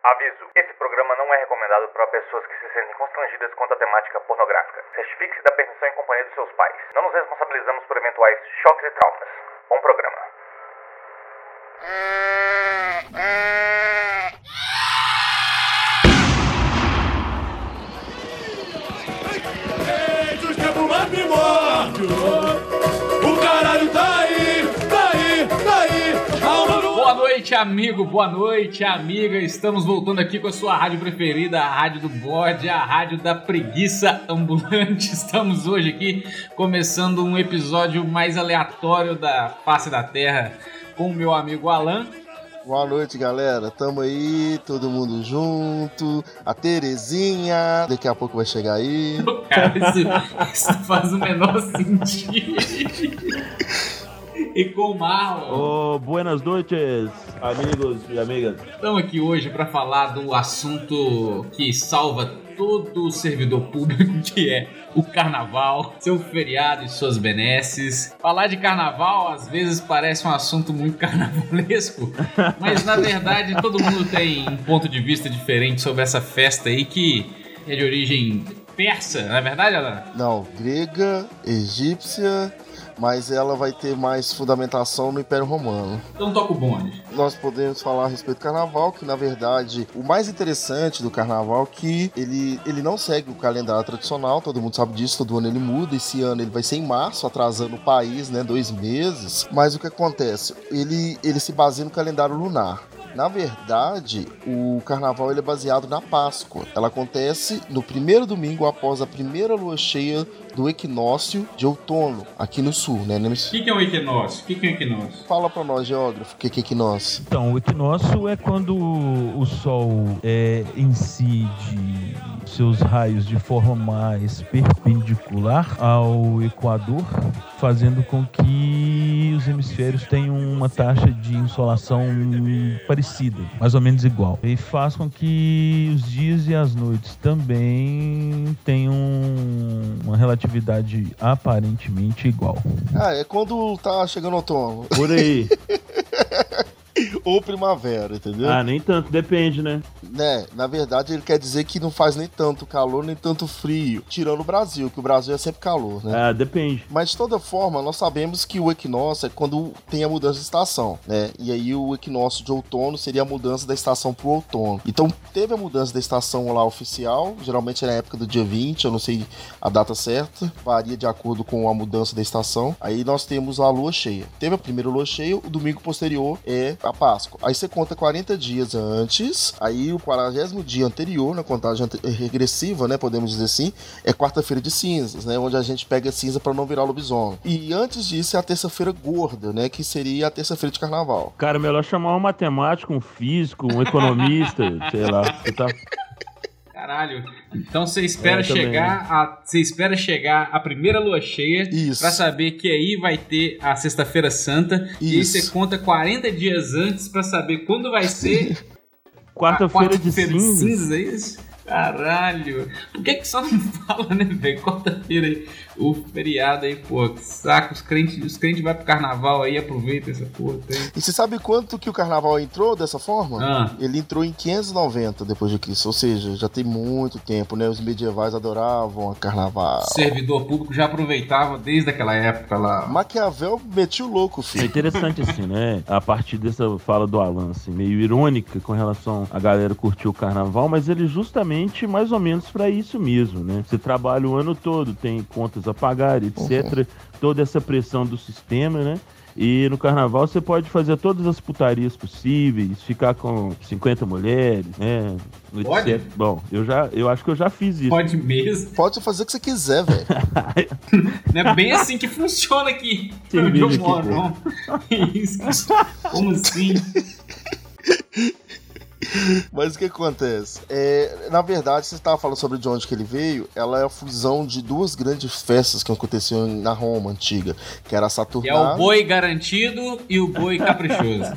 Aviso: esse programa não é recomendado para pessoas que se sentem constrangidas quanto à temática pornográfica. Certifique-se da permissão em companhia dos seus pais. Não nos responsabilizamos por eventuais choques e traumas. Bom programa. O caralho tá aí, tá aí, tá aí. Boa noite, amigo, boa noite, amiga. Estamos voltando aqui com a sua rádio preferida, a rádio do bode, a rádio da preguiça ambulante. Estamos hoje aqui começando um episódio mais aleatório da face da terra com o meu amigo Alan. Boa noite, galera. Tamo aí, todo mundo junto. A Terezinha, daqui a pouco vai chegar aí. Cara, isso faz o menor sentido. E com o Marlon. Buenas noites, amigos e amigas. Estamos aqui hoje para falar do assunto que salva todo servidor público, que é o carnaval, seu feriado e suas benesses. Falar de carnaval às vezes parece um assunto muito carnavalesco, mas na verdade todo mundo tem um ponto de vista diferente sobre essa festa aí que é de origem persa, não é verdade, Alan? Não, grega, egípcia, mas ela vai ter mais fundamentação no Império Romano. Então toca o bonde. Nós podemos falar a respeito do carnaval, que na verdade o mais interessante do carnaval é que ele não segue o calendário tradicional, todo mundo sabe disso, todo ano ele muda. Esse ano ele vai ser em março, atrasando o país, né, 2 meses. Mas o que acontece? Ele se baseia no calendário lunar. Na verdade, o carnaval ele é baseado na Páscoa. Ela acontece no primeiro domingo após a primeira lua cheia do equinócio de outono, aqui no sul, né? O que é um equinócio? O que é um equinócio? Fala pra nós, geógrafo, o que é equinócio? Então, o equinócio é quando o Sol incide seus raios de forma mais perpendicular ao Equador, fazendo com que os hemisférios tenham uma taxa de insolação parecida, mais ou menos igual. E faz com que os dias e as noites também tenham uma relatividade aparentemente igual. É quando tá chegando outono. Por aí. Ou primavera, entendeu? Nem tanto, depende, né? Na verdade ele quer dizer que não faz nem tanto calor, nem tanto frio. Tirando o Brasil, que o Brasil é sempre calor, né? Depende. Mas de toda forma, nós sabemos que o equinócio é quando tem a mudança de estação, né? E aí o equinócio de outono seria a mudança da estação pro outono. Então teve a mudança da estação lá oficial, geralmente é na época do dia 20, eu não sei a data certa, varia de acordo com a mudança da estação. Aí nós temos a lua cheia. Teve a primeira lua cheia, o domingo posterior é a Páscoa. Aí você conta 40 dias antes, aí o 40º dia anterior, na contagem regressiva, né, podemos dizer assim, é quarta-feira de cinzas, né, onde a gente pega cinza para não virar lobisomem. E antes disso é a terça-feira gorda, né, que seria a terça-feira de carnaval. Cara, melhor chamar um matemático, um físico, um economista, sei lá, você tá... Caralho, então você espera chegar a primeira lua cheia pra saber que aí vai ter a Sexta-feira Santa. Isso. E aí você conta 40 dias antes pra saber quando vai ser quarta-feira de cinzas, é isso? Caralho, por que só não fala, né, velho? Quarta-feira aí, o feriado aí, pô, que saco, os crentes vão pro carnaval aí, aproveita essa porra aí. E você sabe quanto que o carnaval entrou dessa forma? Ele entrou em 590 depois de Cristo, ou seja, já tem muito tempo, né? Os medievais adoravam a carnaval. O servidor público já aproveitava desde aquela época lá. Maquiavel metia o louco, filho. É interessante assim, né? A partir dessa fala do Alan, assim, meio irônica com relação a galera curtir o carnaval, mas ele justamente mais ou menos pra isso mesmo, né? Você trabalha o ano todo, tem contas a pagar, etc. Toda essa pressão do sistema, né? E no carnaval você pode fazer todas as putarias possíveis, ficar com 50 mulheres, né? Pode? Etc. Bom, eu acho que eu já fiz isso. Pode mesmo? Pode fazer o que você quiser, velho. Não é bem assim que funciona aqui. Onde eu moro, não. Isso. Como assim? Mas o que acontece? Na verdade, você estava falando sobre de onde que ele veio. Ela é a fusão de duas grandes festas que aconteciam na Roma antiga, que era a Saturnália. É o boi garantido e o boi caprichoso.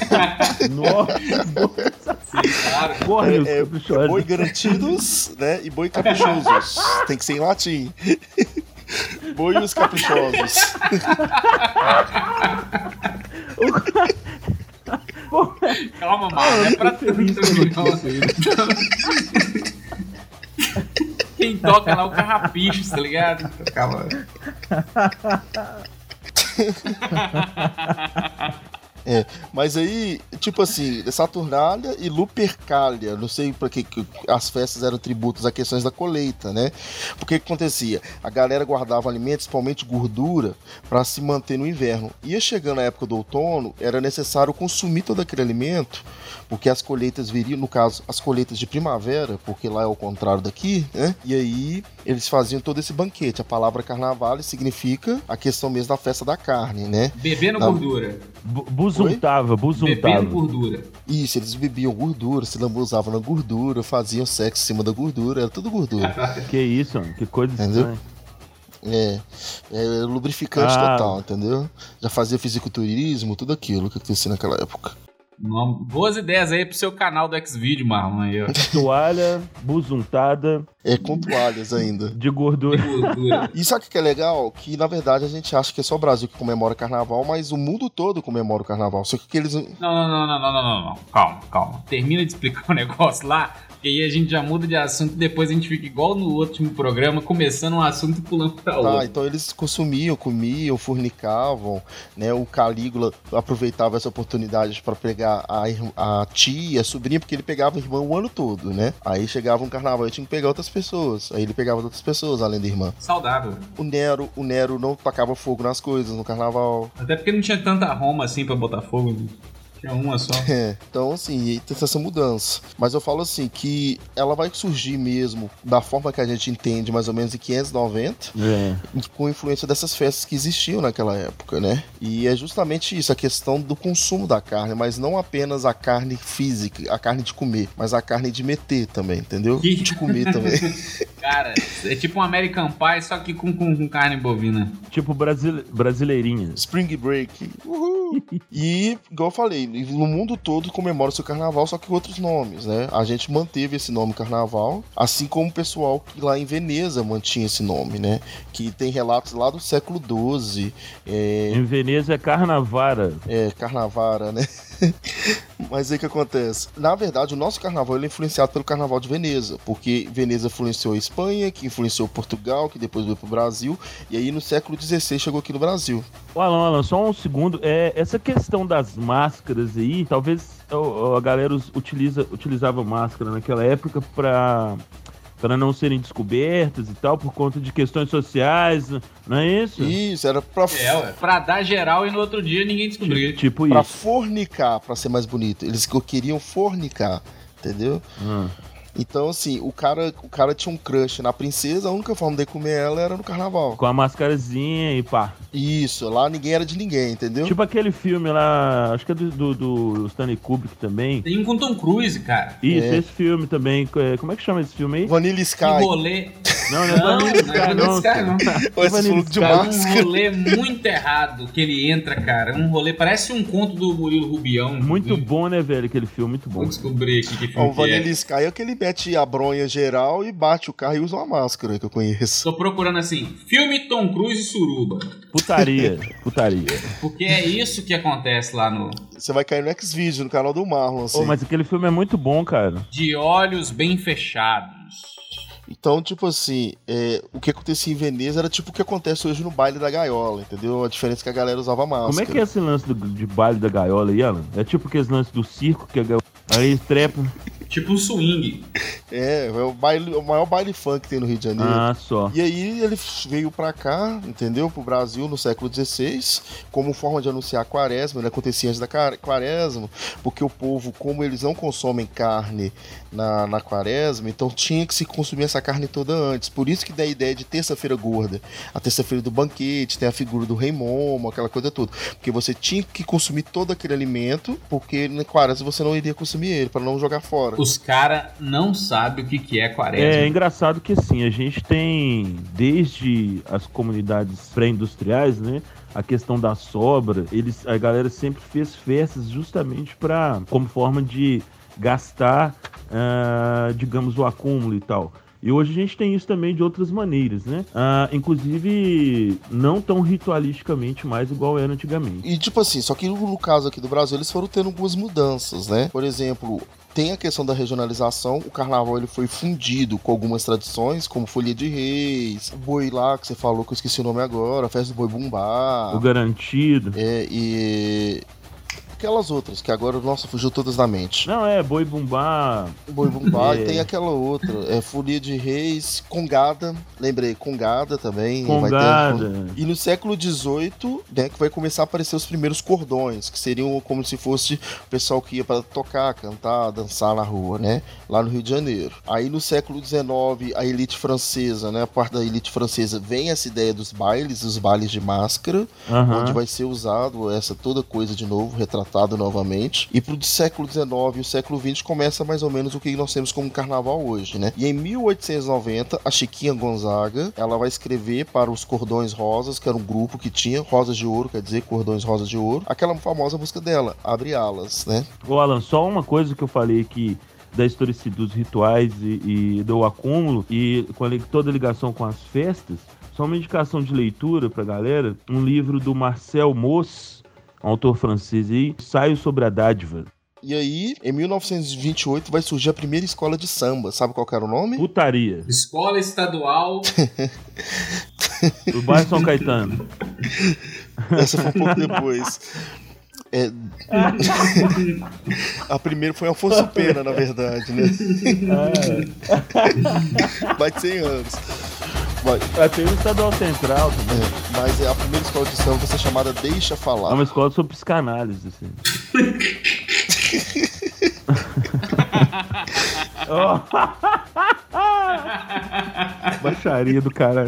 Nossa! Sim, claro. Boi garantidos, né? E boi caprichosos. Tem que ser em latim. Boi e os caprichosos. Calma, mano, não é pra tanto, não. Quem toca lá é o Carrapichos, tá ligado? Calma. Mas aí, tipo assim, Saturnália e Lupercalia, não sei pra que as festas eram tributos a questões da colheita, né? Porque o que acontecia? A galera guardava alimentos, principalmente gordura, pra se manter no inverno. Ia chegando a época do outono, era necessário consumir todo aquele alimento, porque as colheitas viriam, no caso, as colheitas de primavera, porque lá é o contrário daqui, né? E aí eles faziam todo esse banquete. A palavra carnaval significa a questão mesmo da festa da carne, né? Bebendo gordura. Buzuntava. Bebendo gordura. Isso, eles bebiam gordura, se lambuzavam na gordura, faziam sexo em cima da gordura, era tudo gordura. Que isso, mano? Que coisa entendeu? Estranha. É lubrificante total, entendeu? Já fazia fisiculturismo, tudo aquilo que acontecia naquela época. Boas ideias aí pro seu canal do Xvideo, Marlon. Aí, ó. Toalha, buzuntada. Com toalhas ainda. De gordura. E sabe o que é legal? Que na verdade a gente acha que é só o Brasil que comemora carnaval, mas o mundo todo comemora o carnaval. Só que eles. Não. Calma. Termina de explicar o negócio lá. E aí a gente já muda de assunto e depois a gente fica igual no último programa, começando um assunto e pulando pra outro. Então eles consumiam, comiam, fornicavam, né? O Calígula aproveitava essa oportunidade para pegar a tia, a sobrinha, porque ele pegava a irmã o ano todo, né? Aí chegava um carnaval e tinha que pegar outras pessoas. Aí ele pegava outras pessoas, além da irmã. Saudável. O Nero não tacava fogo nas coisas no carnaval. Até porque não tinha tanta Roma assim pra botar fogo, né? Uma só. Então assim, tem essa mudança. Mas eu falo assim, que ela vai surgir mesmo da forma que a gente entende, mais ou menos em 590, com influência dessas festas que existiam naquela época, né? E é justamente isso, a questão do consumo da carne, mas não apenas a carne física, a carne de comer, mas a carne de meter também, entendeu? De comer também. Cara, é tipo um American Pie, só que com carne bovina. Tipo brasileirinha. Spring Break. Uhul! E, igual eu falei, no mundo todo comemora o seu carnaval, só que com outros nomes, né? A gente manteve esse nome carnaval, assim como o pessoal que lá em Veneza mantinha esse nome, né? Que tem relatos lá do século XII. Em Veneza é Carnavara. Carnavara, né? Mas aí o que acontece? Na verdade, o nosso carnaval ele é influenciado pelo carnaval de Veneza, porque Veneza influenciou a Espanha, que influenciou Portugal, que depois veio pro Brasil, e aí no século XVI chegou aqui no Brasil. Alan, só um segundo. Essa questão das máscaras aí, talvez a galera utilizava máscara naquela época para não serem descobertas e tal, por conta de questões sociais, não é isso? Isso, era pra... pra dar geral e no outro dia ninguém descobria. Tipo pra isso. Fornicar, pra ser mais bonito. Eles queriam fornicar, entendeu? Então, assim, o cara tinha um crush na princesa, a única forma de comer ela era no carnaval. Com a mascarazinha e pá. Isso, lá ninguém era de ninguém, entendeu? Tipo aquele filme lá, acho que é do Stanley Kubrick também. Tem um com Tom Cruise, cara. Isso, esse filme também. Como é que chama esse filme aí? Vanilla Sky. Que rolê. Não é Vanilla Sky, não. Esse falou de máscara. Um rolê muito errado que ele entra, cara. Um rolê, parece um conto do Murilo Rubião. Muito bom, né, velho, aquele filme, muito bom. Vou descobrir aqui que filme O Vanilla Sky é aquele mete a bronha geral e bate o carro e usa uma máscara, que eu conheço. Tô procurando assim, filme Tom Cruise e Suruba. Putaria. Porque é isso que acontece lá no... Você vai cair no Xvideo, no canal do Marlon, assim. Mas aquele filme é muito bom, cara. De olhos bem fechados. Então, tipo assim, o que acontecia em Veneza era tipo o que acontece hoje no baile da gaiola, entendeu? A diferença é que a galera usava máscara. Como é que é esse lance de baile da gaiola aí, Alan? É tipo aqueles lances do circo que a gaiola... Aí trepa... Tipo um swing. É o maior baile funk que tem no Rio de Janeiro. Só. E aí ele veio pra cá, entendeu? Pro Brasil no século XVI, como forma de anunciar a quaresma. Ele acontecia antes da quaresma, porque o povo, como eles não consomem carne na quaresma, então tinha que se consumir essa carne toda antes. Por isso que dá a ideia de terça-feira gorda. A terça-feira do banquete, tem a figura do rei Momo, aquela coisa toda. Porque você tinha que consumir todo aquele alimento, porque na quaresma você não iria consumir ele, para não jogar fora. Os caras não sabem o que é quaresma. É engraçado que assim, a gente tem desde as comunidades pré-industriais, né? A questão da sobra, a galera sempre fez festas justamente como forma de gastar, digamos, o acúmulo e tal. E hoje a gente tem isso também de outras maneiras, né? Inclusive, não tão ritualisticamente mais igual era antigamente. E tipo assim, só que no caso aqui do Brasil, eles foram tendo algumas mudanças, né? Por exemplo, tem a questão da regionalização, o carnaval ele foi fundido com algumas tradições, como Folia de Reis, o boi lá que você falou, que eu esqueci o nome agora, a festa do boi bumbá. O garantido. E aquelas outras, que agora, nossa, fugiu todas da mente. Não, boi bumbá. Boi bumbá, e tem aquela outra, Folia de Reis, Congada, lembrei, Congada também. Congada. Vai ter, e no século XVIII, né, que vai começar a aparecer os primeiros cordões, que seriam como se fosse o pessoal que ia para tocar, cantar, dançar na rua, né, lá no Rio de Janeiro. Aí no século XIX, a elite francesa, né, a parte da elite francesa, vem essa ideia dos bailes, os bailes de máscara, onde vai ser usado essa toda coisa de novo, retratado novamente. E pro século XIX e o século XX começa mais ou menos o que nós temos como carnaval hoje, né? E em 1890, a Chiquinha Gonzaga, ela vai escrever para os Cordões Rosas, que era um grupo que tinha Rosas de Ouro, quer dizer, Cordões Rosas de Ouro, aquela famosa música dela, Abre Alas, né? Ô Alan, só uma coisa que eu falei aqui da historicidade dos rituais e do acúmulo e com toda a ligação com as festas, só uma indicação de leitura pra galera, um livro do Marcel Mauss, um autor francês aí, Ensaio sobre a Dádiva. E aí, em 1928, vai surgir a primeira escola de samba. Sabe qual que era o nome? Putaria. Escola Estadual do bairro São Caetano. Essa foi um pouco depois. A primeira foi Afonso Pena, na verdade, né? Mais de 100 anos. Tem o Estadual Central também. Mas a primeira escola de samba vai ser chamada Deixa Falar. É uma escola sobre psicanálise, assim. Baixaria do caralho.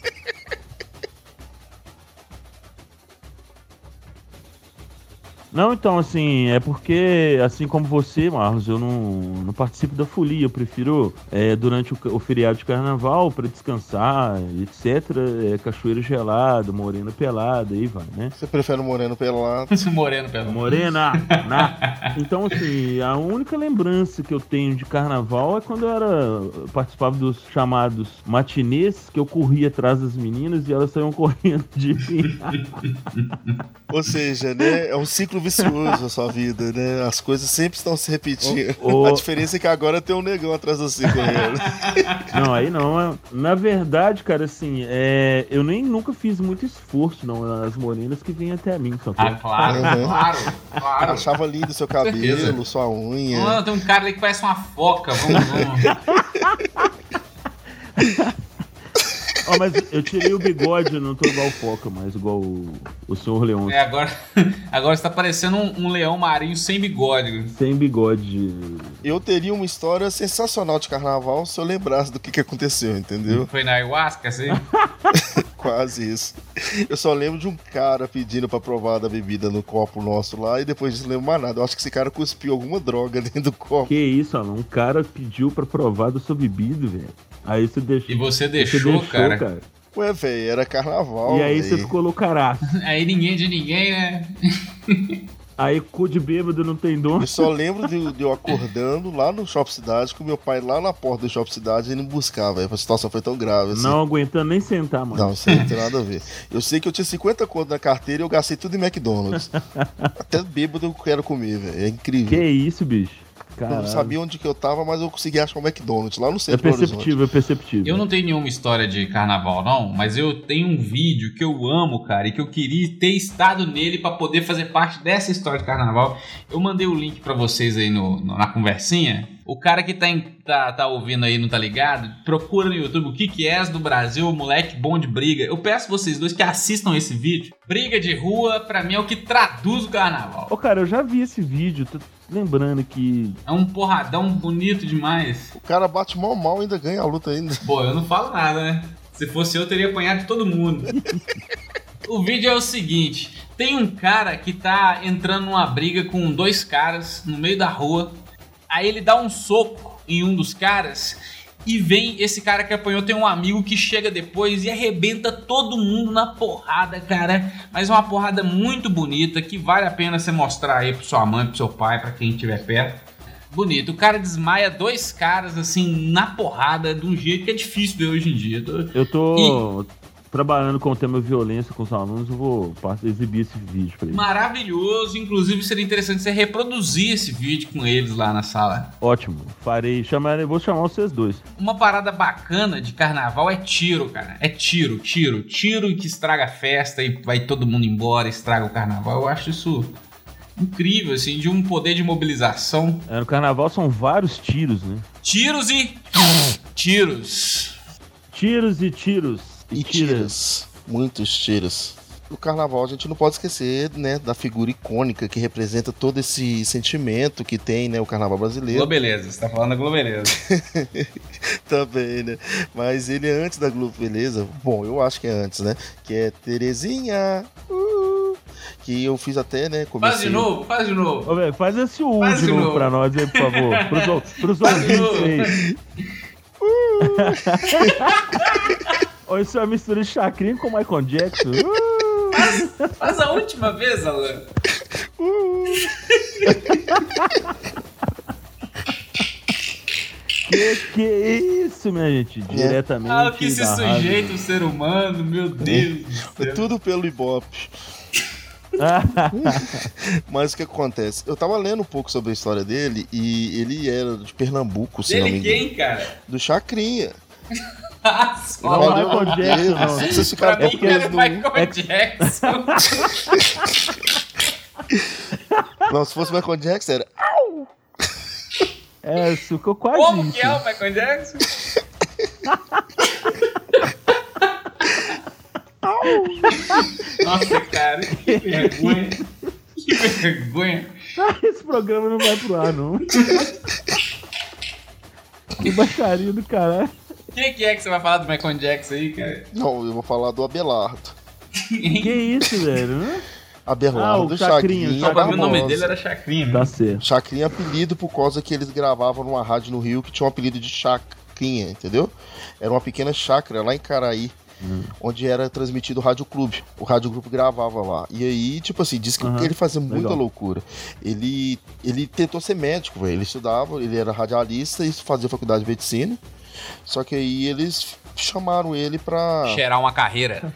Não, então, assim, é porque, assim como você, Marlos, eu não participo da folia, eu prefiro, durante o feriado de carnaval, pra descansar, etc., cachoeira gelada, morena pelada, aí vai, né? Você prefere o moreno pelado? Moreno pelado. Morena! Então, assim, a única lembrança que eu tenho de carnaval é quando eu participava dos chamados matinês, que eu corria atrás das meninas e elas saíam correndo de mim. Ou seja, né, é um ciclo vicioso a sua vida, né? As coisas sempre estão se repetindo. A diferença é que agora tem um negão atrás do você correndo. Não, aí não. Na verdade, cara, assim, eu nem nunca fiz muito esforço, não. As morenas que vêm até mim. Só claro, claro. Achava lindo seu cabelo, sua unha. Não, tem um cara ali que parece uma foca. Vamos. Mas eu tirei o bigode, eu não tô igual foca, mas igual o senhor Leão. Agora você tá parecendo um leão marinho sem bigode. Sem bigode. Eu teria uma história sensacional de carnaval se eu lembrasse do que aconteceu, entendeu? Foi na ayahuasca, assim? Quase isso. Eu só lembro de um cara pedindo pra provar da bebida no copo nosso lá e depois disso não lembro mais nada. Eu acho que esse cara cuspiu alguma droga dentro do copo. Que isso, Alan? Um cara pediu pra provar da sua bebida, velho. Aí você deixou. E você deixou, cara? Ué, velho, era carnaval. E aí você ficou loucaraço. Aí ninguém de ninguém, né? Aí cu de bêbado não tem dono. Eu só lembro de eu acordando lá no Shopping Cidade com meu pai lá na porta do Shopping Cidade indo buscar, velho. A situação foi tão grave assim. Não aguentando nem sentar, mano. Não, isso aí não tem nada a ver. Eu sei que eu tinha 50 conto na carteira e eu gastei tudo em McDonald's. Até bêbado eu quero comer, velho. É incrível. Que isso, bicho? Caralho. Eu não sabia onde que eu tava, mas eu consegui achar um McDonald's lá no centro do Horizonte. É perceptível. Eu não tenho nenhuma história de carnaval, não, mas eu tenho um vídeo que eu amo, cara, e que eu queria ter estado nele pra poder fazer parte dessa história de carnaval. Eu mandei o link pra vocês aí na conversinha. O cara que tá ouvindo aí, não tá ligado, procura no YouTube o que é do Brasil, moleque bom de briga. Eu peço vocês dois que assistam esse vídeo. Briga de rua, pra mim, é o que traduz o carnaval. Cara, eu já vi esse vídeo, tô lembrando que... É um porradão bonito demais. O cara bate mal e ainda ganha a luta ainda. Pô, eu não falo nada, né? Se fosse eu teria apanhado de todo mundo. O vídeo é o seguinte, tem um cara que tá entrando numa briga com dois caras no meio da rua. Aí ele dá um soco em um dos caras e vem esse cara que apanhou, tem um amigo que chega depois e arrebenta todo mundo na porrada, cara. Mas uma porrada muito bonita que vale a pena você mostrar aí pro sua mãe, pro seu pai, pra quem estiver perto. Bonito. O cara desmaia 2 caras, assim, na porrada, de um jeito que é difícil ver hoje em dia. Eu tô trabalhando com o tema violência com os alunos, eu vou exibir esse vídeo pra eles. Maravilhoso. Inclusive, seria interessante você reproduzir esse vídeo com eles lá na sala. Ótimo. Vou chamar vocês dois. Uma parada bacana de carnaval é tiro, cara. É tiro que estraga a festa e vai todo mundo embora, estraga o carnaval. Eu acho isso incrível, assim, de um poder de mobilização. No carnaval são vários tiros, né? Tiros e tiros. Tiros e tiros. E tiras. Muitos tiros. No carnaval a gente não pode esquecer, né, da figura icônica que representa todo esse sentimento que tem, né, o carnaval brasileiro. Globeleza, você tá falando da Globeleza. Também, né? Mas ele é antes da Globeleza. Bom, eu acho que é antes, né? Que é Terezinha. Que eu fiz até, né? Comecei... Faz de novo. Ô, véio, faz esse de novo pra nós aí, por favor. Pros ouvintes aí. Olha, isso é uma mistura de chacrinha com Michael Jackson. Faz a última vez, Alan. Que é isso, minha gente? Diretamente. O que esse sujeito, o ser humano, meu Deus do céu. Tudo pelo Ibope. Mas o que acontece? Eu tava lendo um pouco sobre a história dele e ele era de Pernambuco, se não me engano. Quem, cara? Do Chacrinha. Não, Michael Jackson, não. Vocês ficaram pra mim era Michael Jackson. Não, se fosse Michael Jackson, era... ficou quase Como isso. que é o Michael Jackson? Nossa, cara, que vergonha. Que vergonha. Esse programa não vai pro ar, não. Que baixaria do caralho. Que é que você vai falar do Michael Jackson aí, cara? Não, eu vou falar do Abelardo. Que isso, velho? Abelardo, o Chacrinha. O nome dele era Chacrinha. Tá certo. Chacrinha é apelido por causa que eles gravavam numa rádio no Rio que tinha um apelido de Chacrinha, entendeu? Era uma pequena chácara lá em Caraí. Onde era transmitido o Rádio Clube. O Rádio Clube gravava lá. E aí, tipo assim, diz que ele fazia muita loucura. Ele tentou ser médico, velho. Ele estudava, ele era radialista e fazia faculdade de medicina. Só que aí eles chamaram ele pra... cheirar uma carreira.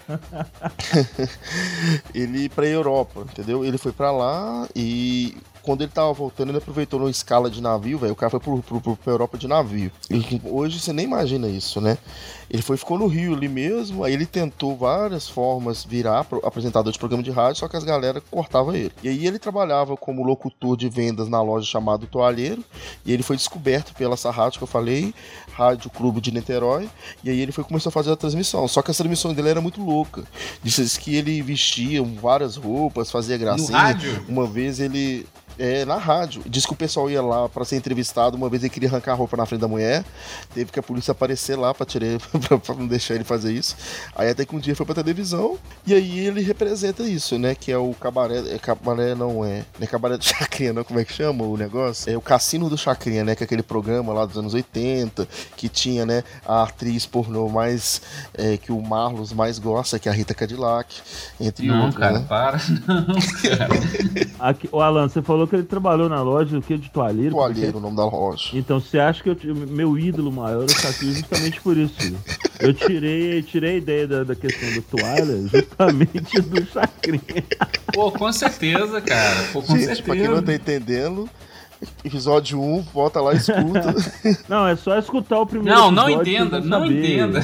Ele pra Europa, entendeu? Ele foi pra lá e... quando ele tava voltando, ele aproveitou numa escala de navio, velho. O cara foi pra Europa de navio. Hoje você nem imagina isso, né? Ele ficou no Rio ali mesmo. Aí ele tentou várias formas virar apresentador de programa de rádio, só que as galera cortava ele. E aí ele trabalhava como locutor de vendas na loja chamada Toalheiro. E ele foi descoberto pela essa rádio que eu falei, Rádio Clube de Niterói. E aí ele começou a fazer a transmissão. Só que essa transmissão dele era muito louca. Disse que ele vestia várias roupas, fazia gracinha. No rádio? Uma vez ele... na rádio. Diz que o pessoal ia lá pra ser entrevistado. Uma vez ele queria arrancar a roupa na frente da mulher. Teve que a polícia aparecer lá pra não deixar ele fazer isso. Aí até que um dia foi pra televisão. E aí ele representa isso, né? Que é o cabaré. Cabaré não é cabaré do Chacrinha, não. Como é que chama o negócio? É o Cassino do Chacrinha, né? Que é aquele programa lá dos anos 80. Que tinha, né? A atriz pornô mais... que o Marlos mais gosta, que é a Rita Cadillac. Entre outros, cara, né? para. Não, cara. O Alan, você falou que ele trabalhou na loja do que de toalheiro? Toalheiro, o nome da loja. Então, você acha que meu ídolo maior é o Chacrinha justamente por isso? Eu tirei a ideia da questão da toalha justamente do Chacrinha. Pô, com certeza, cara. Pô, com certeza. Pra quem não tá entendendo, episódio 1, volta lá e escuta. Não, é só escutar o primeiro não episódio. Não entenda.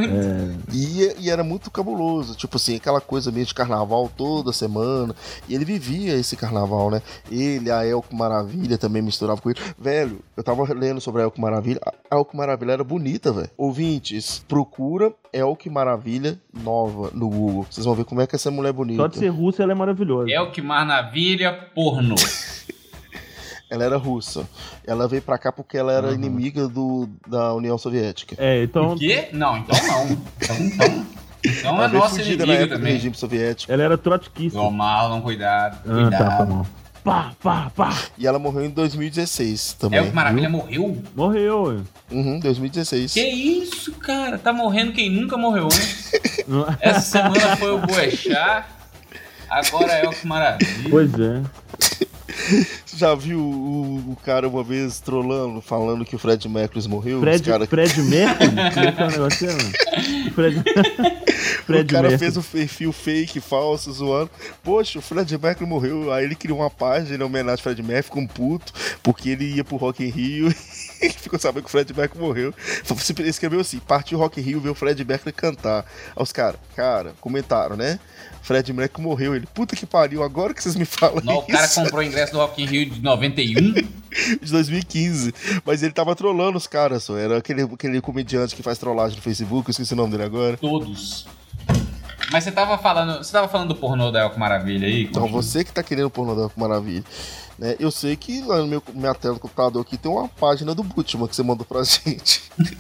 E era muito cabuloso, tipo assim, aquela coisa meio de carnaval toda semana. E ele vivia esse carnaval, né? Ele, a Elco Maravilha também misturava com ele. Velho, eu tava lendo sobre a Elco Maravilha. A Elco Maravilha era bonita, velho. Ouvintes, procura Elco Maravilha nova no Google. Vocês vão ver como é que essa mulher é bonita. Só de ser russa, ela é maravilhosa. Elco Maravilha porno. Ela era russa. Ela veio pra cá porque ela era inimiga da União Soviética. Então... O quê? Não, então não. Então é nossa inimiga também. Do regime soviético. Ela era trotskista. Ô, Marlon, cuidado. Tá bom. Pá. E ela morreu em 2016 também. Elco Maravilha morreu? Morreu. 2016. Que isso, cara? Tá morrendo quem nunca morreu, né? Essa semana foi o Boechat, agora é Elco Maravilha. Pois é. Já viu o cara uma vez trolando, falando que o Fred Mercury morreu? Fred Mercury? Como é que é o negócio, mano? O cara fez um perfil fake, falso, zoando. Poxa, o Fred Mercury morreu. Aí ele criou uma página em homenagem ao Fred Mercury, ficou um puto, porque ele ia pro Rock in Rio e ficou sabendo que o Fred Mercury morreu. Ele escreveu assim, partiu Rock in Rio, ver o Fred Mercury cantar. Aí os caras, comentaram, né? Fred Mercury morreu. Ele, puta que pariu, agora que vocês me falam não, isso. O cara comprou o ingresso do Rock in Rio de 91? De 2015. Mas ele tava trollando os caras, só. Era aquele comediante que faz trollagem no Facebook, eu esqueci o nome dele agora. Todos. Mas você tava falando do pornô da Elco Maravilha aí? Então, você que tá querendo pornô da Elco Maravilha. Né? Eu sei que lá no minha tela do computador aqui tem uma página do Butman que você mandou pra gente.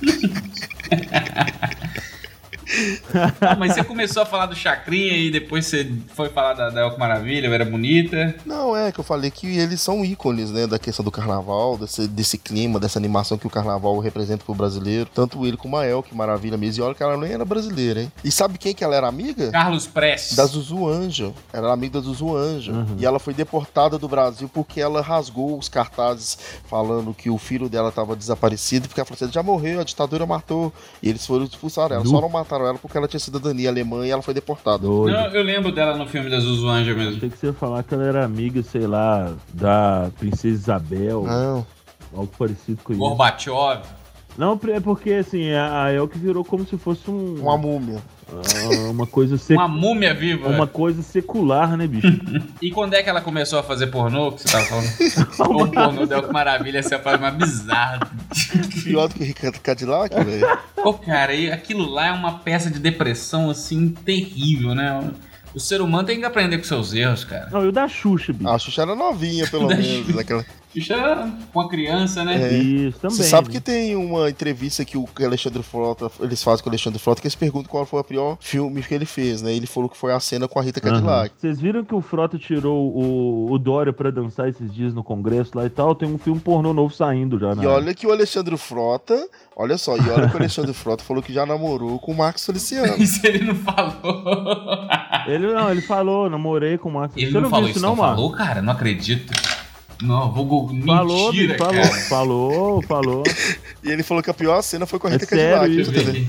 Mas você começou a falar do Chacrinha e depois você foi falar da Elco Maravilha, era bonita. Não, é que eu falei que eles são ícones, né, da questão do carnaval, desse clima, dessa animação que o carnaval representa pro brasileiro. Tanto ele como a Elco Maravilha mesmo. E olha que ela nem era brasileira, hein? E sabe quem que ela era amiga? Carlos Prestes. Da Zuzu Anjo. Ela era amiga da Zuzu Anjo. Uhum. E ela foi deportada do Brasil porque ela rasgou os cartazes falando que o filho dela estava desaparecido, porque ela falou assim, ele já morreu, a ditadura matou. E eles foram expulsar ela. Só não mataram ela porque ela tinha cidadania alemã e ela foi deportada. Doido. Não, eu lembro dela no filme da Zuzu Anjo mesmo. Achei que você ia falar que ela era amiga, sei lá, da Princesa Isabel. Não. Algo parecido com isso. Gorbachev. Não, é porque assim, a Elke virou como se fosse uma múmia. Uma coisa uma múmia viva. Uma coisa secular, né, bicho? E quando é que ela começou a fazer pornô, que você tava falando? O pornô da Elco Maravilha, essa é a parte mais bizarra. Pior do que o Ricardo Cadillac, velho. Pô, cara, e aquilo lá é uma peça de depressão, assim, terrível, né? O ser humano tem que aprender com seus erros, cara. Não, e o da Xuxa, bicho? A Xuxa era novinha, pelo menos. Naquela... Xuxa era uma criança, né? Isso, também. Você sabe, né? que tem uma entrevista que o Alexandre Frota, eles fazem com o Alexandre Frota, que eles perguntam qual foi o pior filme que ele fez, né? Ele falou que foi a cena com a Rita Cadillac. Vocês viram que o Frota tirou o Dória pra dançar esses dias no Congresso lá e tal? Tem um filme pornô novo saindo já, né? E olha que o Alexandre Frota, olha só, e olha que o Alexandre Frota falou que já namorou com o Marcos Feliciano. Isso ele não falou. Ele falou, namorei com o Marcos. Ele Você não falou viu isso, não falou, cara? Não acredito. Não, vou mentira, cara. Falou. E ele falou que a pior cena foi com a Rita sério Cadillac. isso, Ver.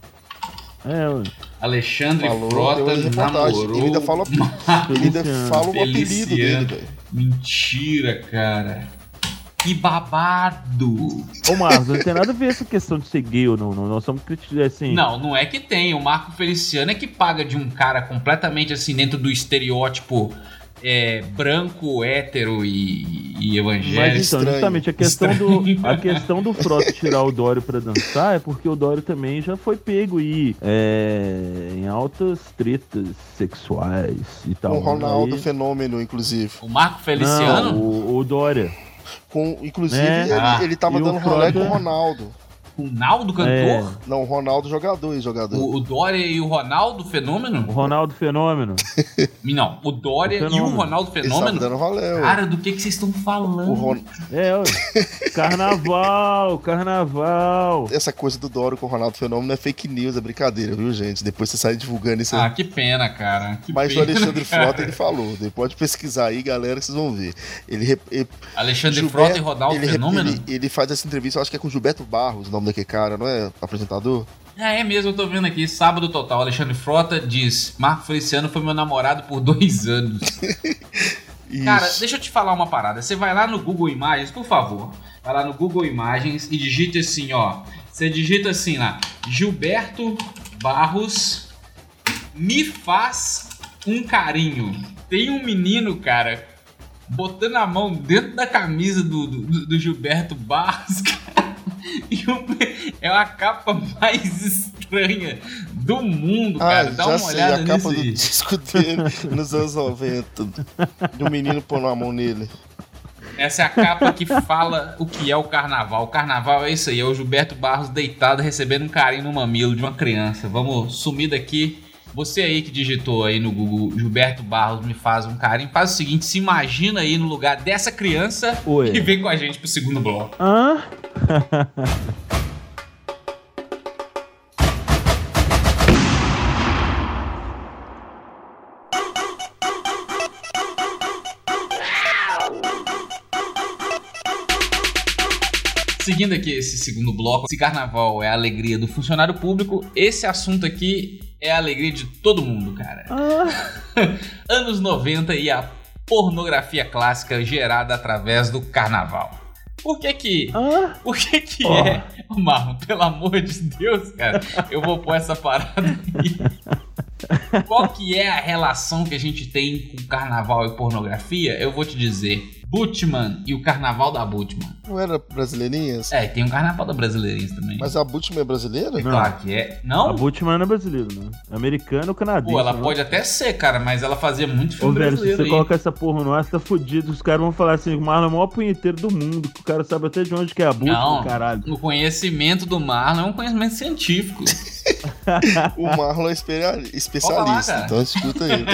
Ué. Alexandre Falou, Frota deu uma reportagem. namorou. Ele ainda fala o apelido dele, velho. Mentira, cara. Que babado. Ô, Marcos, não tem nada a ver essa questão de ser gay ou não. Nós somos críticos, assim... Não é que tem. O Marco Feliciano é que paga de um cara completamente assim dentro do estereótipo branco, hétero e evangélico. Mas então, justamente a questão do Frota tirar o Dório pra dançar é porque o Dório também já foi pego aí em altas tretas sexuais e tal. Com o Ronaldo Fenômeno, inclusive. O Marco Feliciano? Não, o Dória. Inclusive, ele tava dando rolê com o Ronaldo. O Ronaldo cantor? Não, o Ronaldo jogador. O Dória e o Ronaldo Fenômeno? O Ronaldo Fenômeno. Não, o Dória e o Ronaldo Fenômeno? Eles dando rolê, cara, do que vocês estão falando? Carnaval. Essa coisa do Dória com o Ronaldo Fenômeno é fake news, é brincadeira, viu, gente? Depois você sai divulgando isso aí. Ah, que pena, cara. Mas o Alexandre Frota, ele falou. Pode pesquisar aí, galera, que vocês vão ver. Alexandre Frota e Ronaldo Fenômeno? Ele faz essa entrevista, eu acho que é com o Gilberto Barros, o nome daquele cara, não é? Apresentador? É mesmo, eu tô vendo aqui. Sábado total, Alexandre Frota diz: Marco Feliciano foi meu namorado por 2 anos. Cara, deixa eu te falar uma parada. Você vai lá no Google Imagens, por favor. Vai lá no Google Imagens e digite assim, ó. Você digita assim lá: Gilberto Barros me faz um carinho. Tem um menino, cara, botando a mão dentro da camisa do Gilberto Barros, cara. É a capa mais estranha do mundo, cara. Dá uma olhada nisso. A capa do disco dele nos anos 90. Do menino pondo a mão nele. Essa é a capa que fala o que é o carnaval. O carnaval é isso aí, é o Gilberto Barros deitado recebendo um carinho no mamilo de uma criança. Vamos sumir daqui. Você aí que digitou aí no Google Gilberto Barros me faz um carinho, faz o seguinte, se imagina aí no lugar dessa criança e vem com a gente pro segundo bloco. Seguindo aqui esse segundo bloco, se carnaval é a alegria do funcionário público, esse assunto aqui é a alegria de todo mundo, cara. Anos 90 e a pornografia clássica gerada através do carnaval. Por que é? Marlon, pelo amor de Deus, cara, eu vou pôr essa parada aí. Qual que é a relação que a gente tem com carnaval e pornografia? Eu vou te dizer. Butchman e o carnaval da Butchman. Não era Brasileirinhas? É, tem um carnaval da Brasileirinhas também. Mas a Butchman é brasileira? É claro que é. Não? A Butchman não é brasileira, não. Americana ou canadense. Pô, ela não? Pode até ser, cara, mas ela fazia muito filme velho, brasileiro. Se você aí. colocar essa porra no ar, você tá fudido. Os caras vão falar assim: o Marlon é o maior punheteiro do mundo. Que o cara sabe até de onde que é a Butchman, Não, caralho. o conhecimento do Marlon é um conhecimento científico. O Marlon é especialista, cara. então escuta ele.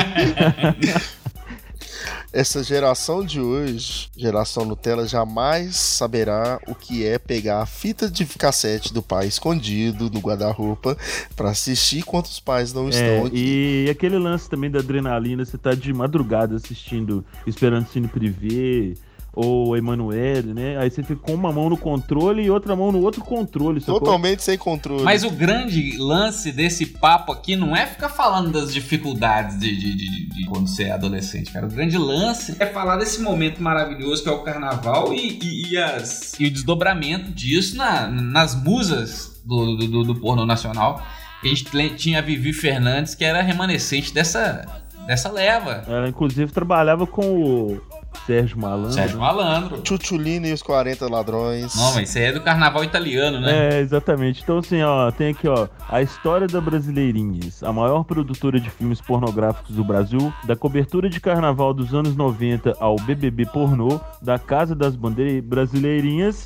Essa geração de hoje, geração Nutella, jamais saberá o que é pegar a fita de cassete do pai escondido no guarda-roupa pra assistir enquanto os pais não estão aqui. E aquele lance também da adrenalina, você tá de madrugada assistindo, esperando Cine Privé ou Emanuele, né? Aí você fica com uma mão no controle e outra mão no outro controle. Sacou? Totalmente sem controle. Mas o grande lance desse papo aqui não é ficar falando das dificuldades de quando você é adolescente, cara. O grande lance é falar desse momento maravilhoso que é o carnaval e o desdobramento disso nas musas do pornô nacional. A gente tinha a Vivi Fernandes, que era remanescente dessa leva. Ela, inclusive, trabalhava com o Sérgio Malandro. Sérgio Malandro. Chuchulina e os 40 ladrões. Não, mas isso aí é do carnaval italiano, né? É, exatamente. Então, assim, ó, tem aqui, ó, a história da Brasileirinhas, a maior produtora de filmes pornográficos do Brasil, da cobertura de carnaval dos anos 90 ao BBB pornô, da Casa das Brasileirinhas,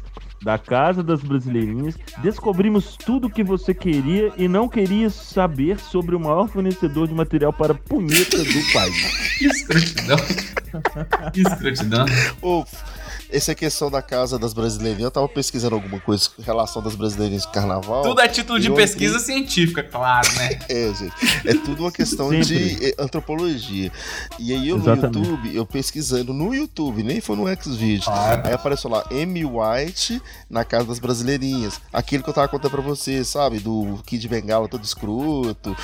descobrimos tudo o que você queria e não queria saber sobre o maior fornecedor de material para punheta do país. Que escrotidão. Que escrotidão. Essa questão da Casa das Brasileirinhas, eu tava pesquisando alguma coisa com relação das brasileirinhas de carnaval. Tudo é título de pesquisa científica, claro, né? É, gente. É tudo uma questão de antropologia. E aí eu Exatamente. no YouTube, eu pesquisando no YouTube, nem foi no Xvideos. Aí apareceu lá, Amy White na Casa das Brasileirinhas. Aquele que eu tava contando pra você, sabe? Do Kid Bengala todo escroto.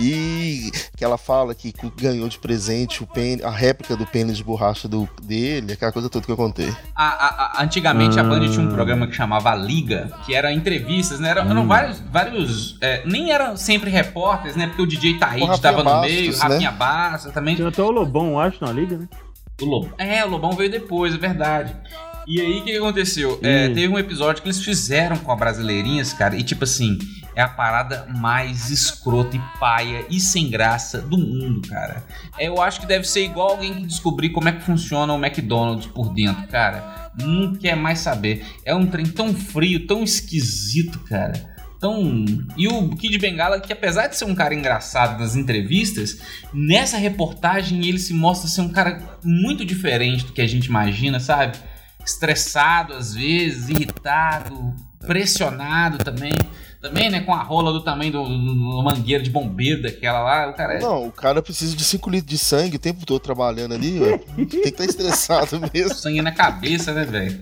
E que ela fala que ganhou de presente a réplica do pênis de borracha dele, aquela coisa toda que eu contei. Antigamente a Band tinha um programa que chamava A Liga, que era entrevistas, né? Eram vários nem eram sempre repórteres, né? Porque o DJ Taíde tava no meio, Rafinha Bastos também. Tinha até o Lobão, acho, na Liga, né? O Lobão veio depois, é verdade. E aí, o que aconteceu? Teve um episódio que eles fizeram com a Brasileirinhas, cara, e tipo assim, é a parada mais escrota e paia e sem graça do mundo, cara. Eu acho que deve ser igual alguém que descobrir como é que funciona o McDonald's por dentro, cara. Não quer mais saber. É um trem tão frio, tão esquisito, cara. E o Kid Bengala, que apesar de ser um cara engraçado nas entrevistas, nessa reportagem ele se mostra ser um cara muito diferente do que a gente imagina, sabe? Estressado às vezes, irritado, pressionado também, né, com a rola do tamanho do mangueira de bombeiro daquela lá, o cara Não, o cara precisa de 5 litros de sangue o tempo todo trabalhando ali, ué. Tem que estar estressado mesmo. sangue na cabeça, né, velho?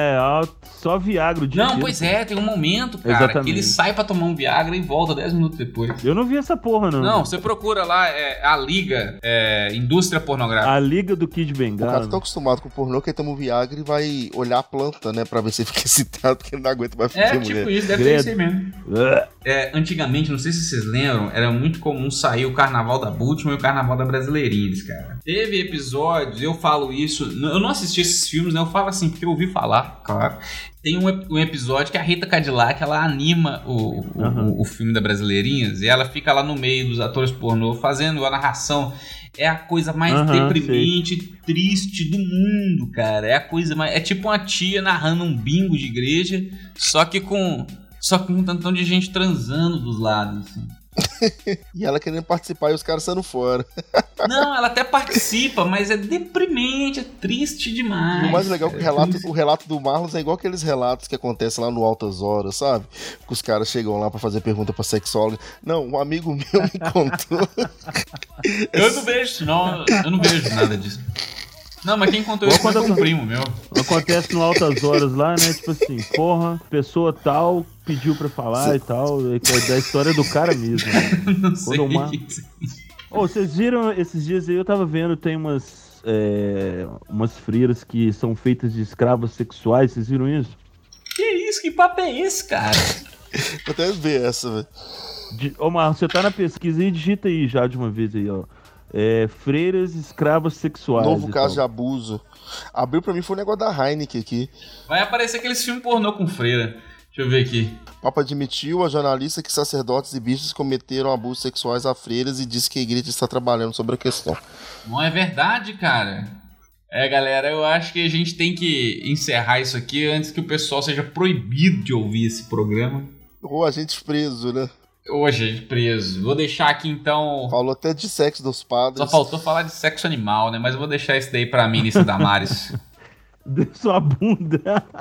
Só Viagra o dia Não, inteiro. pois é, tem um momento, cara, Exatamente. que ele sai pra tomar um Viagra e volta 10 minutos depois. Eu não vi essa porra, não. Não, você procura lá a Liga, Indústria Pornográfica. A Liga do Kid O Bengala. cara tá acostumado com o pornô que ele toma um Viagra e vai olhar a planta, né? Pra ver se ele fica excitado, porque ele não aguenta mais ficar mulher. Tipo isso, deve ter isso aí mesmo. Antigamente, não sei se vocês lembram, era muito comum sair o Carnaval da Butchman e o Carnaval da Brasileirinhas, cara. Teve episódios, eu falo isso, eu não assisti esses filmes, né? Eu falo assim porque eu ouvi falar, claro. Tem um episódio que a Rita Cadillac, ela anima o filme da Brasileirinhas e ela fica lá no meio dos atores pornô fazendo a narração. É a coisa mais deprimente, triste do mundo, cara. É a coisa mais... É tipo uma tia narrando um bingo de igreja, só que com um tantão de gente transando dos lados, assim. E ela querendo participar e os caras saindo fora. Não, ela até participa, mas é deprimente, é triste demais. E o mais legal é que o relato do Marlos é igual aqueles relatos que acontecem lá no Altas Horas, sabe? Que os caras chegam lá pra fazer pergunta pra sexóloga. Não, um amigo meu me contou. Eu não vejo nada disso. Não, mas quem contou isso foi um primo meu. Acontece no Altas Horas lá, né? Tipo assim, porra, pessoa tal pediu pra falar e tal. É da história do cara mesmo. Né? Não sei. Vocês viram esses dias aí? Eu tava vendo, tem umas freiras que são feitas de escravos sexuais. Vocês viram isso? Que isso? Que papo é esse, cara? Vou até ver essa, velho. Ô, Marlon, você tá na pesquisa aí, digita aí já de uma vez aí, ó. Freiras escravas sexuais. Novo caso de abuso. Abriu pra mim foi o negócio da Heineken aqui. Vai aparecer aqueles filmes pornô com freira. Deixa eu ver aqui. Papa admitiu a jornalista que sacerdotes e bispos cometeram abusos sexuais a freiras e disse que a igreja está trabalhando sobre a questão. Não é verdade, cara. Galera, eu acho que a gente tem que encerrar isso aqui antes que o pessoal seja proibido de ouvir esse programa. Ou a gente preso, né? Hoje, preso. Vou deixar aqui, então... Falou até de sexo dos padres. Só faltou falar de sexo animal, né? Mas eu vou deixar isso daí pra mim, Nisso Damares. De sua bunda.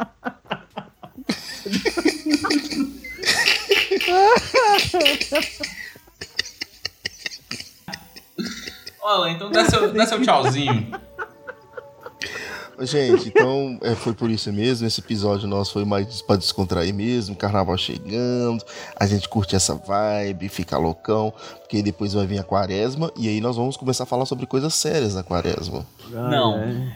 Olha, então dá seu tchauzinho. Gente, então foi por isso mesmo. Esse episódio nosso foi mais pra descontrair mesmo. Carnaval chegando, a gente curte essa vibe, fica loucão, porque depois vai vir a quaresma e aí nós vamos começar a falar sobre coisas sérias na quaresma. Não.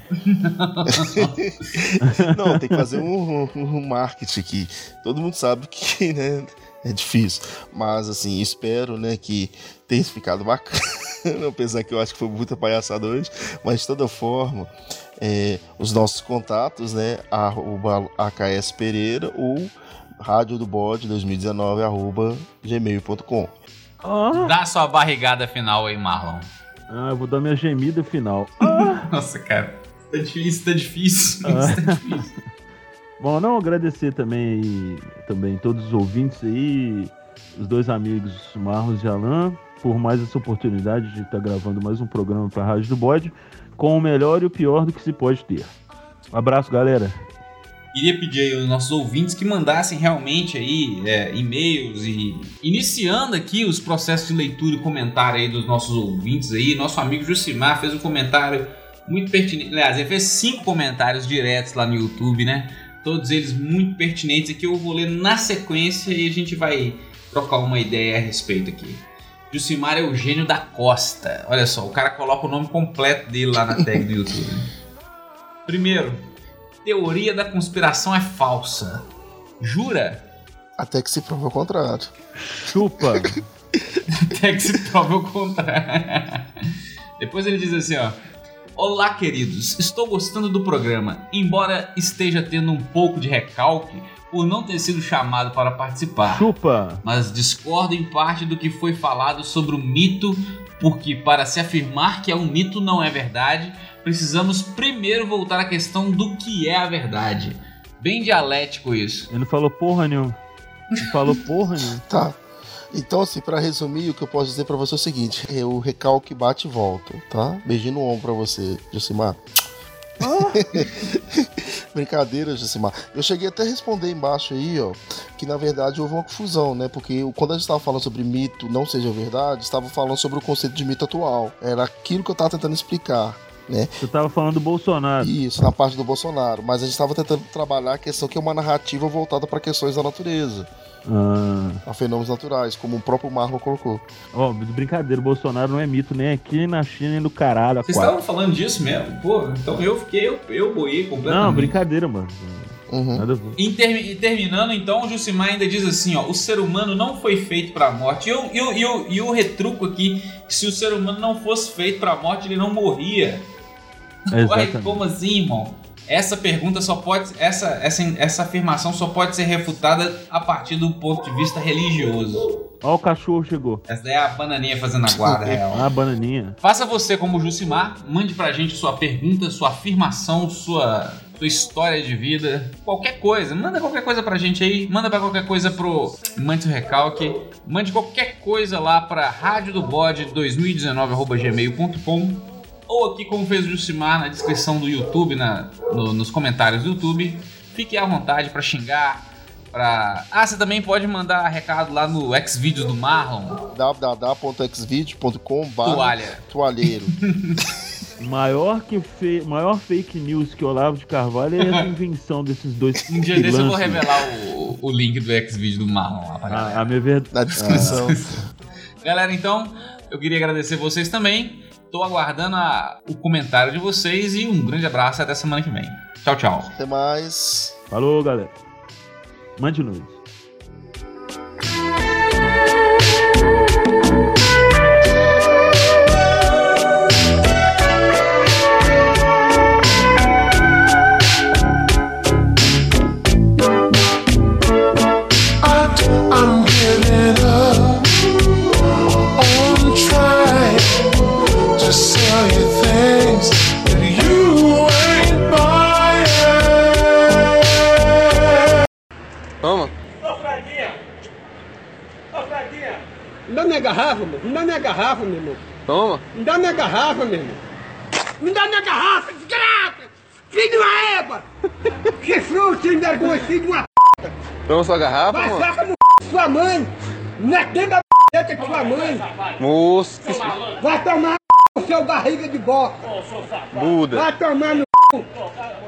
Não, tem que fazer um marketing aqui. Todo mundo sabe que, né, é difícil, mas assim, espero, né, que tenha ficado bacana. Apesar que eu acho que foi muita palhaçada hoje, mas de toda forma, os nossos contatos, né, @AKS Pereira ou Rádio do Bode 2019 @gmail.com. Dá sua barrigada final aí, Marlon. Eu vou dar minha gemida final. Nossa, cara, tá difícil. Bom, não agradecer também todos os ouvintes aí, os dois amigos Marlos e Alan, por mais essa oportunidade de estar gravando mais um programa para a Rádio do Bode, com o melhor e o pior do que se pode ter. Um abraço, galera. Queria pedir aí aos nossos ouvintes que mandassem realmente aí e-mails e iniciando aqui os processos de leitura e comentário aí dos nossos ouvintes aí. Nosso amigo Jucimar fez um comentário muito pertinente. Aliás, ele fez 5 comentários diretos lá no YouTube, né? Todos eles muito pertinentes aqui. Eu vou ler na sequência e a gente vai trocar uma ideia a respeito aqui. Jucimar Eugênio da Costa. Olha só, o cara coloca o nome completo dele lá na tag do YouTube. Primeiro, teoria da conspiração é falsa. Jura? Até que se prove o contrário. Chupa. Até que se prove o contrário. Depois ele diz assim, ó. Olá, queridos. Estou gostando do programa, embora esteja tendo um pouco de recalque por não ter sido chamado para participar. Chupa! Mas discordo em parte do que foi falado sobre o mito, porque para se afirmar que é um mito não é verdade, precisamos primeiro voltar à questão do que é a verdade. Bem dialético isso. Ele não falou porra nenhuma. Tá. Então, assim, pra resumir, o que eu posso dizer pra você é o seguinte: o recalque bate e volta, tá? Beijinho no ombro pra você, Josimar. Brincadeira, Josimar. Eu cheguei até a responder embaixo aí, ó, que na verdade houve uma confusão, né? Porque quando a gente estava falando sobre mito não seja verdade, estava falando sobre o conceito de mito atual. Era aquilo que eu estava tentando explicar, né? Você estava falando do Bolsonaro. Isso, na parte do Bolsonaro. Mas a gente estava tentando trabalhar a questão que é uma narrativa voltada para questões da natureza. A fenômenos naturais, como o próprio Marlon colocou. Brincadeira, o Bolsonaro não é mito nem aqui, nem na China, nem no caralho. Vocês estavam falando disso mesmo? Pô, então eu boiei completamente. Não, brincadeira, mano. Uhum. Nada a ver. E terminando, então, o Jucimar ainda diz assim, ó, o ser humano não foi feito pra morte. E eu retruco aqui que se o ser humano não fosse feito pra morte, ele não morria. Ué, como assim, irmão? Essa pergunta só pode... Essa afirmação só pode ser refutada a partir do ponto de vista religioso. Ó, o cachorro chegou. Essa daí é a bananinha fazendo a guarda real. A bananinha. Faça você como o Jucimar, mande pra gente sua pergunta, sua afirmação, sua história de vida, qualquer coisa. Manda qualquer coisa pra gente aí, manda pra qualquer coisa pro Mande Seu Recalque, mande qualquer coisa lá pra Rádio do Bode 2019@gmail.com ou aqui como fez o Jucimar na descrição do YouTube, nos comentários do YouTube. Fique à vontade pra xingar. Você também pode mandar recado lá no Xvideos do Marlon. www.xvideo.com/toalheiro. Maior fake news que Olavo de Carvalho é essa invenção desses dois. Um dia desse eu vou revelar o link do Xvideo do Marlon lá pra galera. A minha verdade. Na descrição. Galera, então, eu queria agradecer vocês também. Tô aguardando o comentário de vocês e um grande abraço até semana que vem. Tchau, tchau. Até mais. Falou, galera. Mande nudes. I'm giving up on trying to sell you things that you ain't buying. Toma. Ô, Fradinha! Ô, Fradinha! Me dá minha garrafa, meu. Me dá minha garrafa, meu irmão. Toma. Me dá minha garrafa, meu irmão. Me dá minha garrafa, desgraça! Filho de uma égua! Que fruto, sem vergonha, filho de uma p***! Toma sua garrafa, Vai, mano. saca no c... sua mãe! Não é dentro da p*** de sua mãe! Moço. Vai tomar c... seu barriga de bosta! Buda. Vai tomar no c...